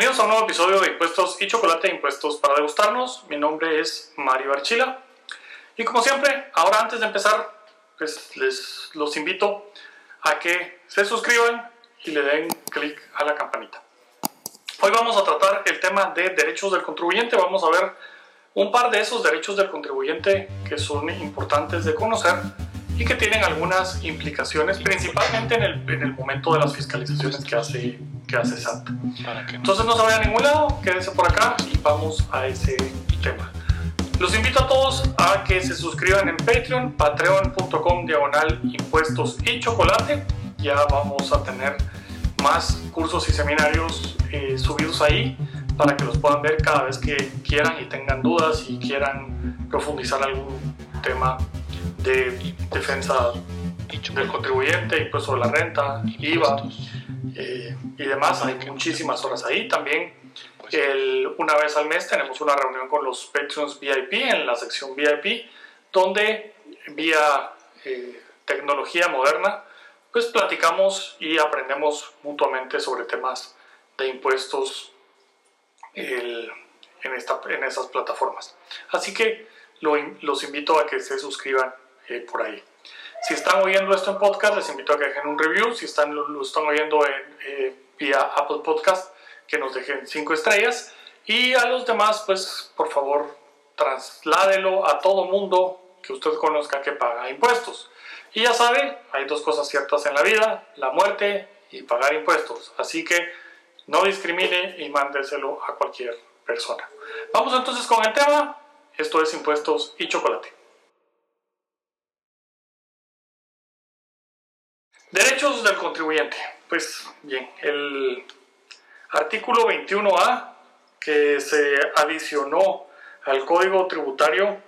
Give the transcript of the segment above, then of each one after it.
Bienvenidos a un nuevo episodio de Impuestos y Chocolate, Impuestos para degustarnos. Mi nombre es Mario Archila. Y como siempre, ahora antes de empezar, pues los invito a que se suscriban y le den clic a la campanita. Hoy vamos a tratar el tema de derechos del contribuyente. Vamos a ver un par de esos derechos del contribuyente que son importantes de conocer y que tienen algunas implicaciones, principalmente en el momento de las fiscalizaciones que hace SAT. Entonces no se vayan a ningún lado, quédense por acá y vamos a ese tema. Los invito a todos a que se suscriban en Patreon, patreon.com/impuestos y chocolate. Ya vamos a tener más cursos y seminarios subidos ahí para que los puedan ver cada vez que quieran y tengan dudas y quieran profundizar algún tema de defensa del contribuyente, impuesto de la renta, IVA y demás. Hay muchísimas horas ahí. También una vez al mes tenemos una reunión con los Patreons VIP en la sección VIP, donde vía tecnología moderna pues platicamos y aprendemos mutuamente sobre temas de impuestos en esas plataformas. Así que los invito a que se suscriban por ahí. Si están oyendo esto en podcast, les invito a que dejen un review. Si lo están oyendo vía Apple Podcast, que nos dejen 5 estrellas. Y a los demás, pues por favor, trasládelo a todo mundo que usted conozca que paga impuestos. Y ya sabe, hay dos cosas ciertas en la vida: la muerte y pagar impuestos. Así que no discrimine y mándeselo a cualquier persona. Vamos entonces con el tema. Esto es Impuestos y Chocolate. Derechos del contribuyente. Pues bien, el artículo 21A que se adicionó al Código Tributario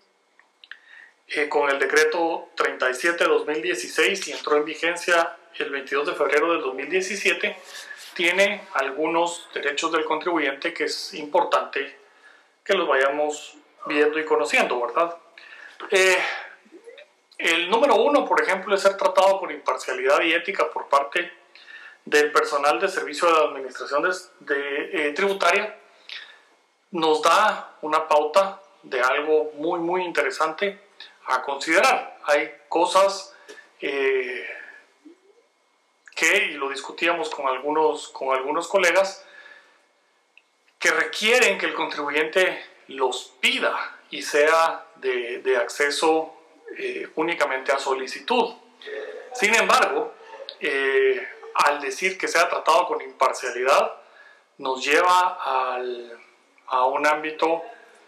con el decreto 37/2016 y entró en vigencia el 22 de febrero del 2017, tiene algunos derechos del contribuyente que es importante que los vayamos viendo y conociendo, ¿verdad? El número 1, por ejemplo, es ser tratado con imparcialidad y ética por parte del personal de servicio de la administración tributaria. Nos da una pauta de algo muy, muy interesante a considerar. Hay cosas que, y lo discutíamos con algunos colegas, que requieren que el contribuyente los pida y sea de acceso únicamente a solicitud. Sin embargo, al decir que sea tratado con imparcialidad, nos lleva a un ámbito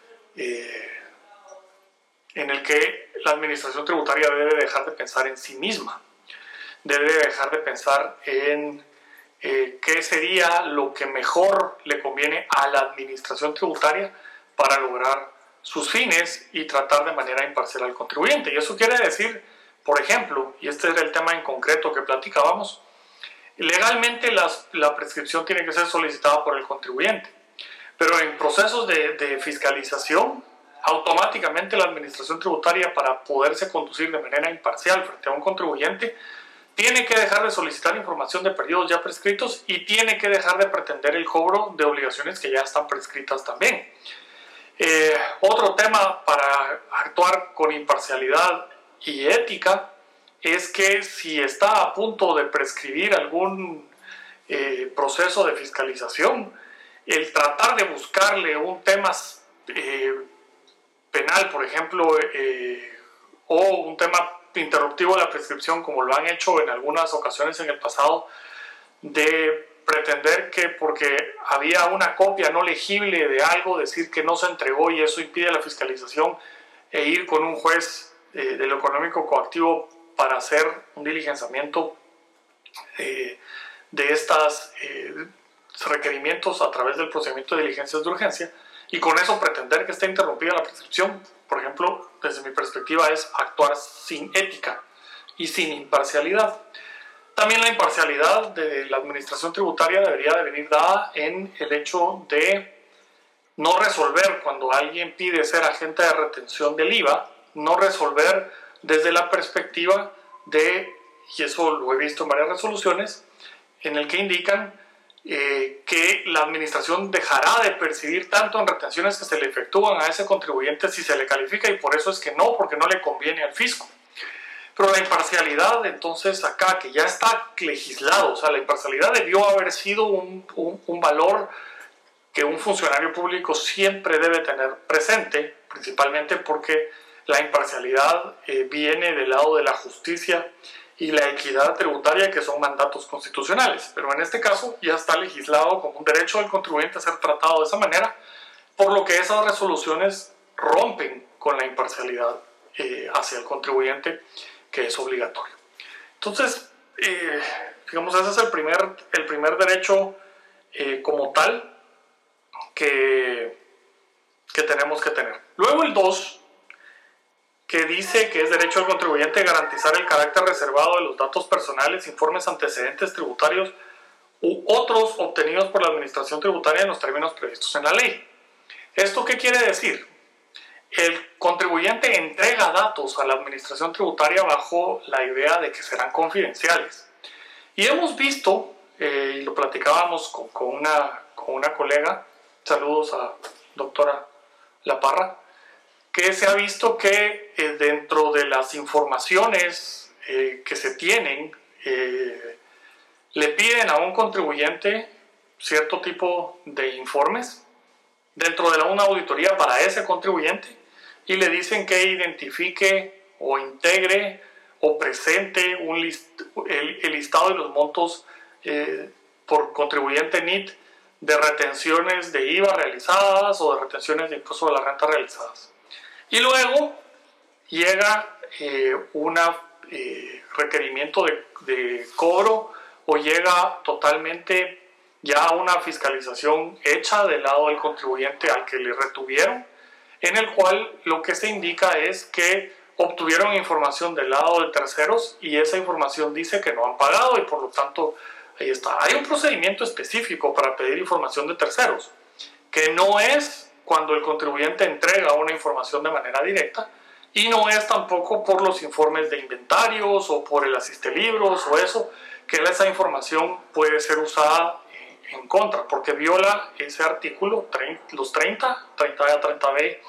en el que la administración tributaria debe dejar de pensar en sí misma, debe dejar de pensar en qué sería lo que mejor le conviene a la administración tributaria para lograr sus fines y tratar de manera imparcial al contribuyente. Y eso quiere decir, por ejemplo, y este era el tema en concreto que platicábamos, legalmente la prescripción tiene que ser solicitada por el contribuyente, pero en procesos de fiscalización, automáticamente la administración tributaria, para poderse conducir de manera imparcial frente a un contribuyente, tiene que dejar de solicitar información de periodos ya prescritos y tiene que dejar de pretender el cobro de obligaciones que ya están prescritas también. Otro tema para actuar con imparcialidad y ética es que si está a punto de prescribir algún proceso de fiscalización, el tratar de buscarle un tema penal, por ejemplo, o un tema interruptivo de la prescripción, como lo han hecho en algunas ocasiones en el pasado, de pretender que porque había una copia no legible de algo, decir que no se entregó y eso impide la fiscalización, e ir con un juez de lo económico coactivo para hacer un diligenciamiento de estos requerimientos a través del procedimiento de diligencias de urgencia, y con eso pretender que esté interrumpida la prescripción. Por ejemplo, desde mi perspectiva, es actuar sin ética y sin imparcialidad. También la imparcialidad de la administración tributaria debería de venir dada en el hecho de no resolver cuando alguien pide ser agente de retención del IVA, no resolver desde la perspectiva de, y eso lo he visto en varias resoluciones, en el que indican que la administración dejará de percibir tanto en retenciones que se le efectúan a ese contribuyente si se le califica, y por eso es que no, porque no le conviene al fisco. Pero la imparcialidad, entonces, acá, que ya está legislado, o sea, la imparcialidad debió haber sido un valor que un funcionario público siempre debe tener presente, principalmente porque la imparcialidad viene del lado de la justicia y la equidad tributaria, que son mandatos constitucionales. Pero en este caso ya está legislado como un derecho del contribuyente a ser tratado de esa manera, por lo que esas resoluciones rompen con la imparcialidad hacia el contribuyente, que es obligatorio. Entonces, digamos, ese es el primer derecho como tal que tenemos que tener. Luego el 2, que dice que es derecho del contribuyente garantizar el carácter reservado de los datos personales, informes, antecedentes tributarios u otros obtenidos por la administración tributaria en los términos previstos en la ley. ¿Esto qué quiere decir? El contribuyente entrega datos a la administración tributaria bajo la idea de que serán confidenciales. Y hemos visto, y lo platicábamos con una colega, saludos a doctora La Parra, que se ha visto que dentro de las informaciones que se tienen, le piden a un contribuyente cierto tipo de informes dentro de una auditoría para ese contribuyente, y le dicen que identifique o integre o presente el listado de los montos por contribuyente NIT de retenciones de IVA realizadas o de retenciones de impuesto de la renta realizadas. Y luego llega un requerimiento de cobro, o llega totalmente ya una fiscalización hecha del lado del contribuyente al que le retuvieron, en el cual lo que se indica es que obtuvieron información del lado de terceros y esa información dice que no han pagado, y por lo tanto ahí está. Hay un procedimiento específico para pedir información de terceros, que no es cuando el contribuyente entrega una información de manera directa, y no es tampoco por los informes de inventarios o por el asistelibros o eso, que esa información puede ser usada en contra, porque viola ese artículo, los 30A, 30B,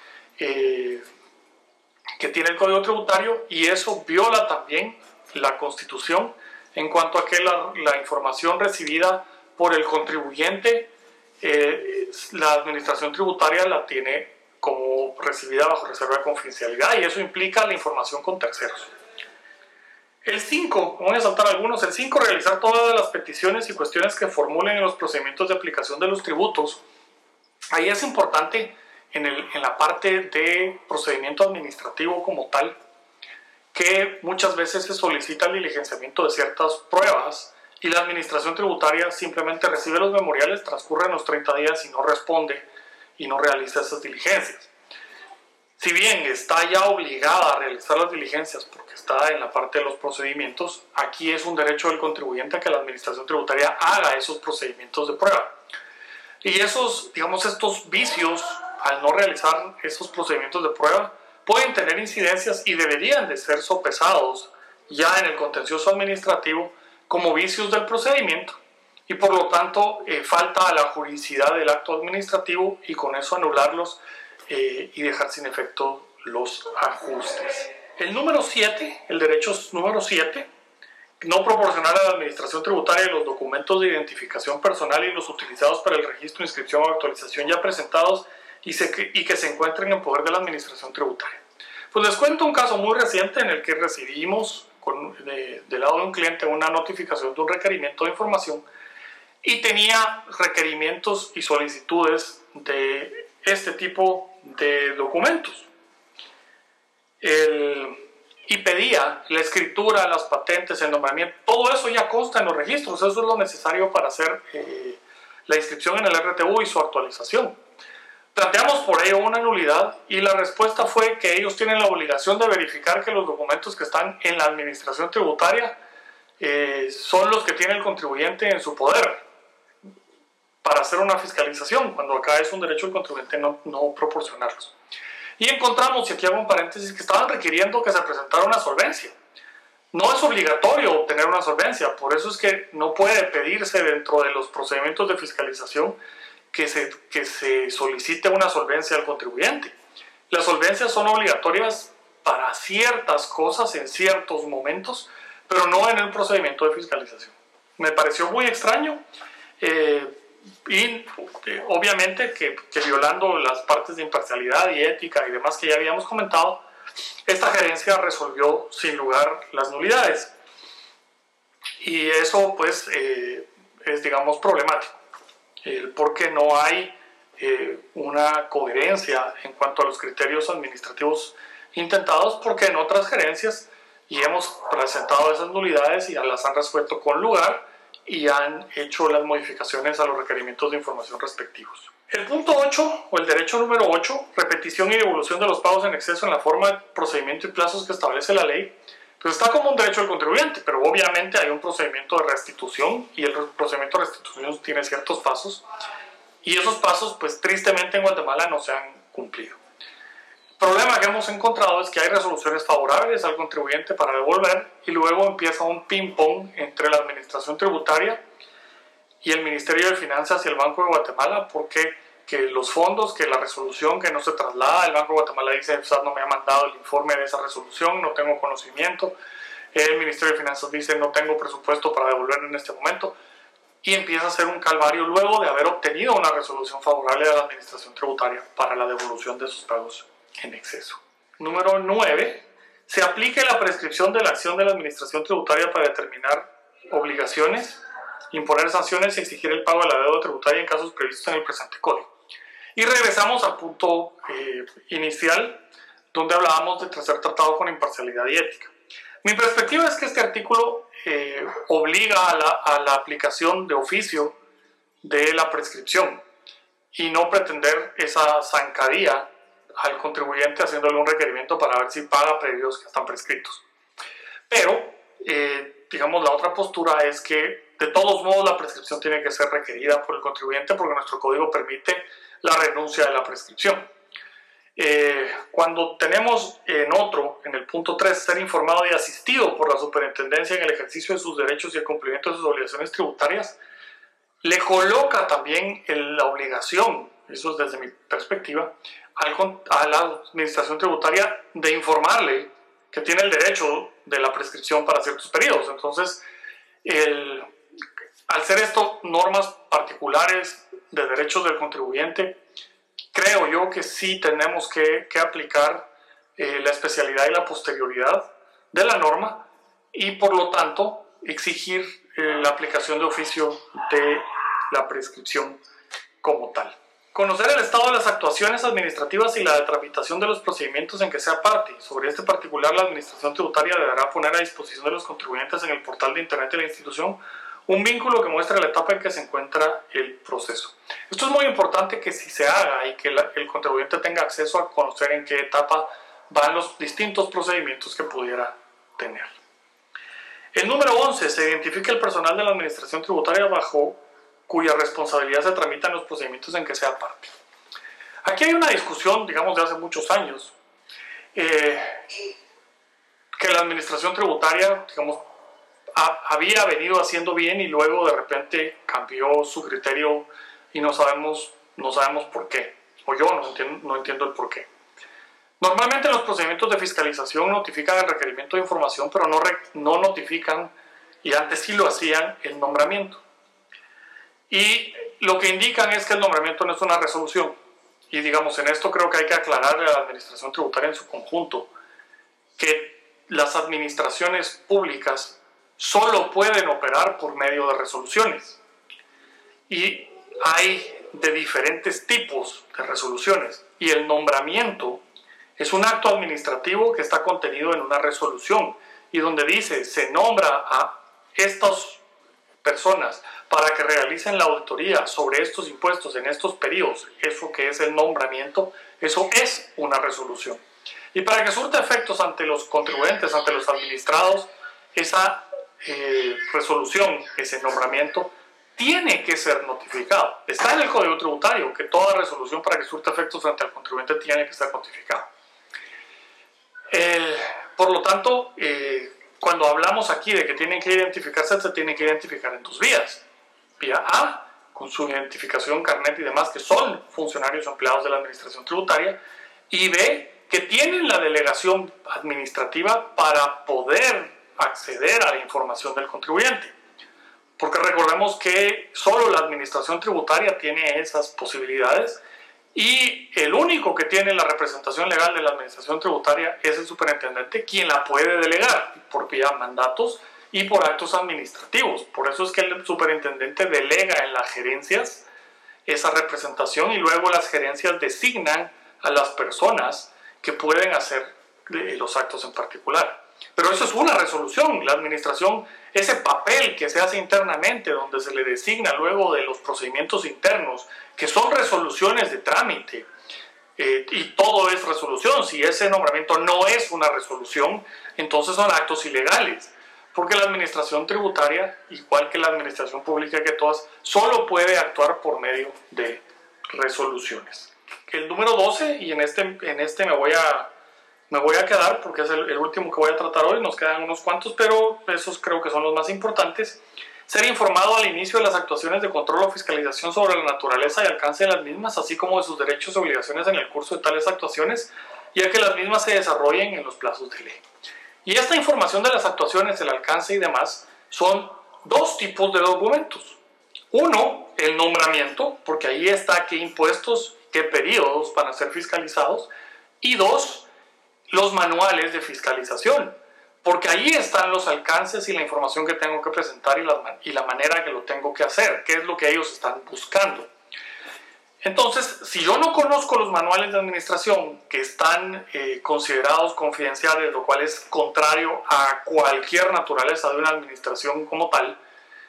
que tiene el Código Tributario, y eso viola también la Constitución en cuanto a que la información recibida por el contribuyente, la administración tributaria la tiene como recibida bajo reserva de confidencialidad, y eso implica la información con terceros. El 5, voy a saltar algunos. El 5, realizar todas las peticiones y cuestiones que formulen en los procedimientos de aplicación de los tributos. Ahí es importante en la parte de procedimiento administrativo como tal, que muchas veces se solicita el diligenciamiento de ciertas pruebas y la administración tributaria simplemente recibe los memoriales, transcurren los 30 días y no responde y no realiza esas diligencias. Si bien está ya obligada a realizar las diligencias porque está en la parte de los procedimientos, aquí es un derecho del contribuyente a que la administración tributaria haga esos procedimientos de prueba. Y estos vicios, al no realizar esos procedimientos de prueba, pueden tener incidencias y deberían de ser sopesados ya en el contencioso administrativo como vicios del procedimiento, y por lo tanto falta a la juridicidad del acto administrativo, y con eso anularlos y dejar sin efecto los ajustes. El número 7, el derecho número 7, no proporcionar a la administración tributaria los documentos de identificación personal y los utilizados para el registro, inscripción o actualización ya presentados y que se encuentren en poder de la administración tributaria. Pues les cuento un caso muy reciente en el que recibimos del lado de un cliente una notificación de un requerimiento de información, y tenía requerimientos y solicitudes de este tipo de documentos. Y pedía la escritura, las patentes, el nombramiento, todo eso ya consta en los registros, eso es lo necesario para hacer la inscripción en el RTU y su actualización. Planteamos por ello una nulidad, y la respuesta fue que ellos tienen la obligación de verificar que los documentos que están en la administración tributaria son los que tiene el contribuyente en su poder para hacer una fiscalización, cuando acá es un derecho del contribuyente no proporcionarlos. Y encontramos, y aquí hago un paréntesis, que estaban requiriendo que se presentara una solvencia. No es obligatorio obtener una solvencia, por eso es que no puede pedirse dentro de los procedimientos de fiscalización que se solicite una solvencia al contribuyente. Las solvencias son obligatorias para ciertas cosas en ciertos momentos, pero no en el procedimiento de fiscalización. Me pareció muy extraño y obviamente que violando las partes de imparcialidad y ética y demás que ya habíamos comentado, esta gerencia resolvió sin lugar las nulidades. Y eso pues es, digamos, problemático, porque no hay una coherencia en cuanto a los criterios administrativos intentados, porque en otras gerencias y hemos presentado esas nulidades y las han resuelto con lugar y han hecho las modificaciones a los requerimientos de información respectivos. El punto 8, o el derecho número 8, repetición y devolución de los pagos en exceso en la forma, procedimiento y plazos que establece la ley, pues está como un derecho del contribuyente, pero obviamente hay un procedimiento de restitución y el procedimiento de restitución tiene ciertos pasos y esos pasos pues tristemente en Guatemala no se han cumplido. El problema que hemos encontrado es que hay resoluciones favorables al contribuyente para devolver y luego empieza un ping-pong entre la administración tributaria y el Ministerio de Finanzas y el Banco de Guatemala, porque que los fondos, que la resolución que no se traslada, el Banco de Guatemala dice, el SAT no me ha mandado el informe de esa resolución, no tengo conocimiento, el Ministerio de Finanzas dice, no tengo presupuesto para devolver en este momento, y empieza a ser un calvario luego de haber obtenido una resolución favorable de la administración tributaria para la devolución de sus pagos en exceso. Número 9. Se aplique la prescripción de la acción de la administración tributaria para determinar obligaciones, imponer sanciones y exigir el pago de la deuda tributaria en casos previstos en el presente código. Y regresamos al punto inicial, donde hablábamos de ser tratado con imparcialidad y ética. Mi perspectiva es que este artículo obliga a la aplicación de oficio de la prescripción y no pretender esa zancadilla al contribuyente haciéndole un requerimiento para ver si paga previos que están prescritos. Pero, digamos, la otra postura es que de todos modos la prescripción tiene que ser requerida por el contribuyente porque nuestro código permite la renuncia de la prescripción. Cuando tenemos en el punto 3, ser informado y asistido por la superintendencia en el ejercicio de sus derechos y el cumplimiento de sus obligaciones tributarias, le coloca también la obligación, eso es desde mi perspectiva, a la administración tributaria de informarle que tiene el derecho de la prescripción para ciertos periodos. Entonces, al ser esto normas particulares de derechos del contribuyente, creo yo que sí tenemos que aplicar la especialidad y la posterioridad de la norma y por lo tanto exigir la aplicación de oficio de la prescripción como tal. Conocer el estado de las actuaciones administrativas y la tramitación de los procedimientos en que sea parte. Sobre este particular, la administración tributaria deberá poner a disposición de los contribuyentes en el portal de internet de la institución un vínculo que muestre la etapa en que se encuentra el proceso. Esto es muy importante que si se haga y que el contribuyente tenga acceso a conocer en qué etapa van los distintos procedimientos que pudiera tener. El número 11. Se identifica el personal de la administración tributaria bajo cuya responsabilidad se tramitan los procedimientos en que sea parte. Aquí hay una discusión, digamos, de hace muchos años, que la administración tributaria, digamos, había venido haciendo bien y luego de repente cambió su criterio y no sabemos por qué, o yo no entiendo el por qué. Normalmente los procedimientos de fiscalización notifican el requerimiento de información, pero no notifican, y antes sí lo hacían, el nombramiento. Y lo que indican es que el nombramiento no es una resolución. Y digamos, en esto creo que hay que aclararle a la administración tributaria en su conjunto que las administraciones públicas solo pueden operar por medio de resoluciones. Y hay de diferentes tipos de resoluciones. Y el nombramiento es un acto administrativo que está contenido en una resolución y donde dice, se nombra a estas personas para que realicen la auditoría sobre estos impuestos en estos periodos. Eso que es el nombramiento, eso es una resolución. Y para que surta efectos ante los contribuyentes, ante los administrados, esa resolución, ese nombramiento, tiene que ser notificado. Está en el Código Tributario que toda resolución para que surta efectos frente al contribuyente tiene que ser notificada. Por lo tanto, cuando hablamos aquí de que tienen que identificarse, se tienen que identificar en dos vías. Vía A, con su identificación, carnet y demás, que son funcionarios o empleados de la administración tributaria, y B, que tienen la delegación administrativa para poder acceder a la información del contribuyente. Porque recordemos que solo la administración tributaria tiene esas posibilidades y el único que tiene la representación legal de la administración tributaria es el superintendente, quien la puede delegar por vía mandatos y por actos administrativos. Por eso es que el superintendente delega en las gerencias esa representación y luego las gerencias designan a las personas que pueden hacer los actos en particular. Pero eso es una resolución. La administración, ese papel que se hace internamente, donde se le designa luego de los procedimientos internos, que son resoluciones de trámite, y todo es resolución. Si ese nombramiento no es una resolución, entonces son actos ilegales. Porque la administración tributaria, igual que la administración pública que todas, solo puede actuar por medio de resoluciones. El número 12, y en este me voy a quedar porque es el último que voy a tratar hoy, nos quedan unos cuantos, pero esos creo que son los más importantes. Ser informado al inicio de las actuaciones de control o fiscalización sobre la naturaleza y alcance de las mismas, así como de sus derechos y obligaciones en el curso de tales actuaciones, ya que las mismas se desarrollen en los plazos de ley. Y esta información de las actuaciones, el alcance y demás, son dos tipos de documentos. Uno, el nombramiento, porque ahí está qué impuestos, qué periodos van a ser fiscalizados. Y dos, los manuales de fiscalización, porque ahí están los alcances y la información que tengo que presentar y la manera que lo tengo que hacer, qué es lo que ellos están buscando. Entonces, si yo no conozco los manuales de administración que están considerados confidenciales, lo cual es contrario a cualquier naturaleza de una administración como tal,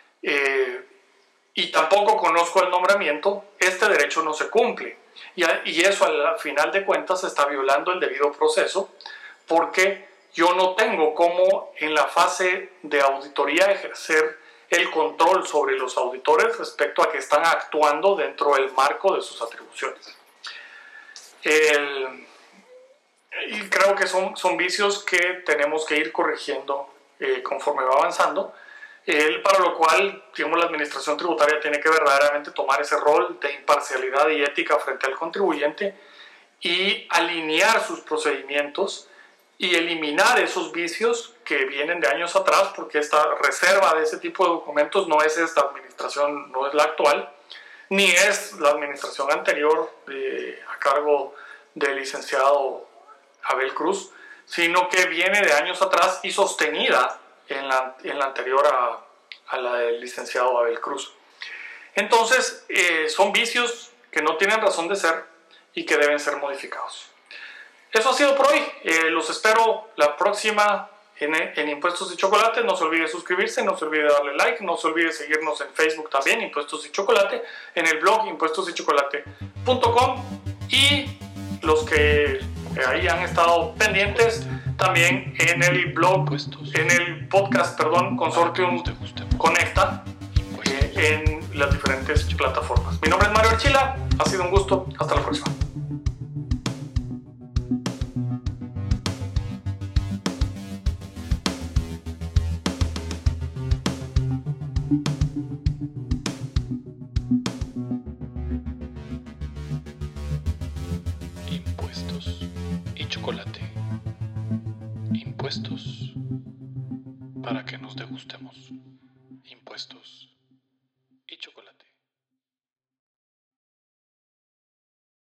y tampoco conozco el nombramiento, este derecho no se cumple. Y eso al final de cuentas está violando el debido proceso, porque yo no tengo cómo en la fase de auditoría ejercer el control sobre los auditores respecto a que están actuando dentro del marco de sus atribuciones. Y creo que son vicios que tenemos que ir corrigiendo conforme va avanzando, para lo cual, digamos, la administración tributaria tiene que verdaderamente tomar ese rol de imparcialidad y ética frente al contribuyente y alinear sus procedimientos y eliminar esos vicios que vienen de años atrás, porque esta reserva de ese tipo de documentos no es esta administración, no es la actual, ni es la administración anterior a cargo del licenciado Abel Cruz, sino que viene de años atrás y sostenida en la anterior a la del licenciado Abel Cruz. Entonces, son vicios que no tienen razón de ser y que deben ser modificados. Eso ha sido por hoy. Los espero la próxima en Impuestos y Chocolate. No se olvide suscribirse, no se olvide darle like, no se olvide seguirnos en Facebook también, Impuestos y Chocolate, en el blog impuestosychocolate.com, y los que ahí han estado pendientes también en el blog, en el podcast, Consortium Conecta, en las diferentes plataformas. Mi nombre es Mario Archila, ha sido un gusto, hasta la próxima. Impuestos y Chocolate. Impuestos para que nos degustemos. Impuestos.